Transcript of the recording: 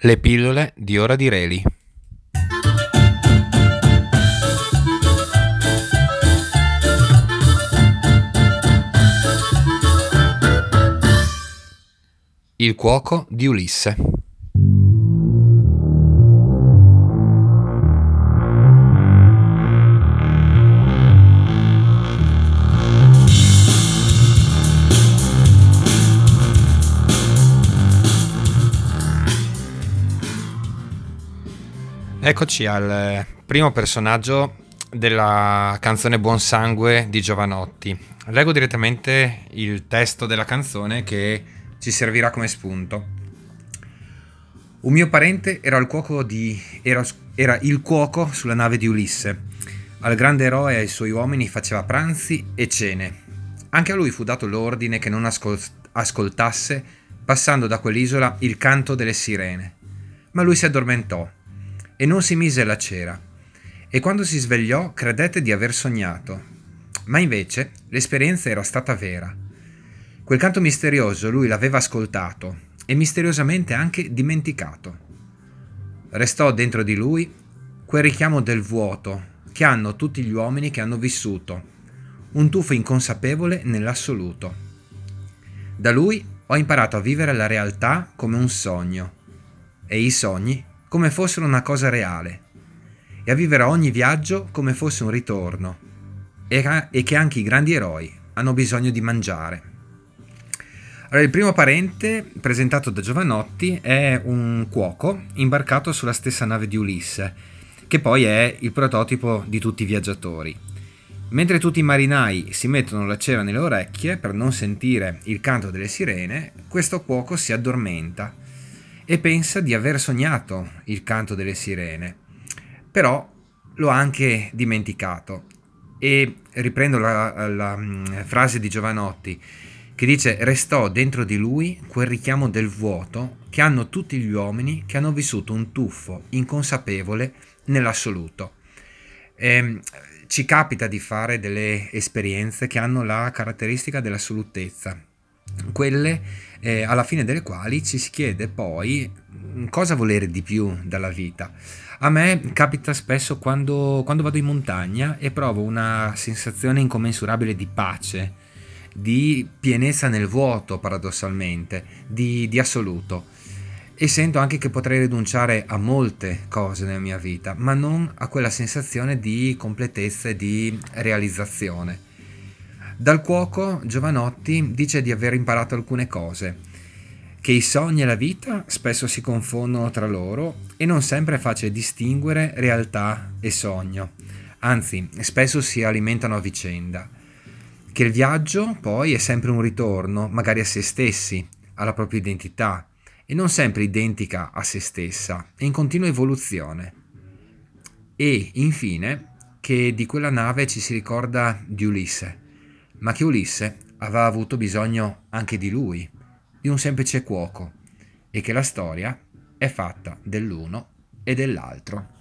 Le pillole di Ora di Reli. Il cuoco di Ulisse. Eccoci al primo personaggio della canzone Buon Sangue di Jovanotti. Leggo direttamente il testo della canzone che ci servirà come spunto. Un mio parente era il cuoco sulla nave di Ulisse. Al grande eroe e ai suoi uomini faceva pranzi e cene. Anche a lui fu dato l'ordine che non ascoltasse, passando da quell'isola, il canto delle sirene. Ma lui si addormentò e non si mise alla cera, e quando si svegliò credette di aver sognato. Ma invece l'esperienza era stata vera. Quel canto misterioso lui l'aveva ascoltato e misteriosamente anche dimenticato. Restò dentro di lui quel richiamo del vuoto che hanno tutti gli uomini che hanno vissuto, un tuffo inconsapevole nell'assoluto. Da lui ho imparato a vivere la realtà come un sogno e i sogni come fossero una cosa reale, e a vivere ogni viaggio come fosse un ritorno, e che anche i grandi eroi hanno bisogno di mangiare. Allora, il primo parente presentato da Jovanotti è un cuoco imbarcato sulla stessa nave di Ulisse, che poi è il prototipo di tutti i viaggiatori. Mentre tutti i marinai si mettono la cera nelle orecchie per non sentire il canto delle sirene, questo cuoco si addormenta e pensa di aver sognato il canto delle sirene, però lo ha anche dimenticato. E riprendo la frase di Jovanotti che dice: restò dentro di lui quel richiamo del vuoto che hanno tutti gli uomini che hanno vissuto un tuffo inconsapevole nell'assoluto. Ci capita di fare delle esperienze che hanno la caratteristica dell'assolutezza, quelle alla fine delle quali ci si chiede poi cosa volere di più dalla vita. A me capita spesso quando vado in montagna e provo una sensazione incommensurabile di pace, di pienezza nel vuoto, paradossalmente, di assoluto, e sento anche che potrei rinunciare a molte cose nella mia vita, ma non a quella sensazione di completezza e di realizzazione. Dal cuoco Jovanotti dice di aver imparato alcune cose, che i sogni e la vita spesso si confondono tra loro e non sempre è facile distinguere realtà e sogno, anzi spesso si alimentano a vicenda, che il viaggio poi è sempre un ritorno, magari a se stessi, alla propria identità, e non sempre identica a se stessa, è in continua evoluzione. E infine che di quella nave ci si ricorda di Ulisse, ma che Ulisse aveva avuto bisogno anche di lui, di un semplice cuoco, e che la storia è fatta dell'uno e dell'altro.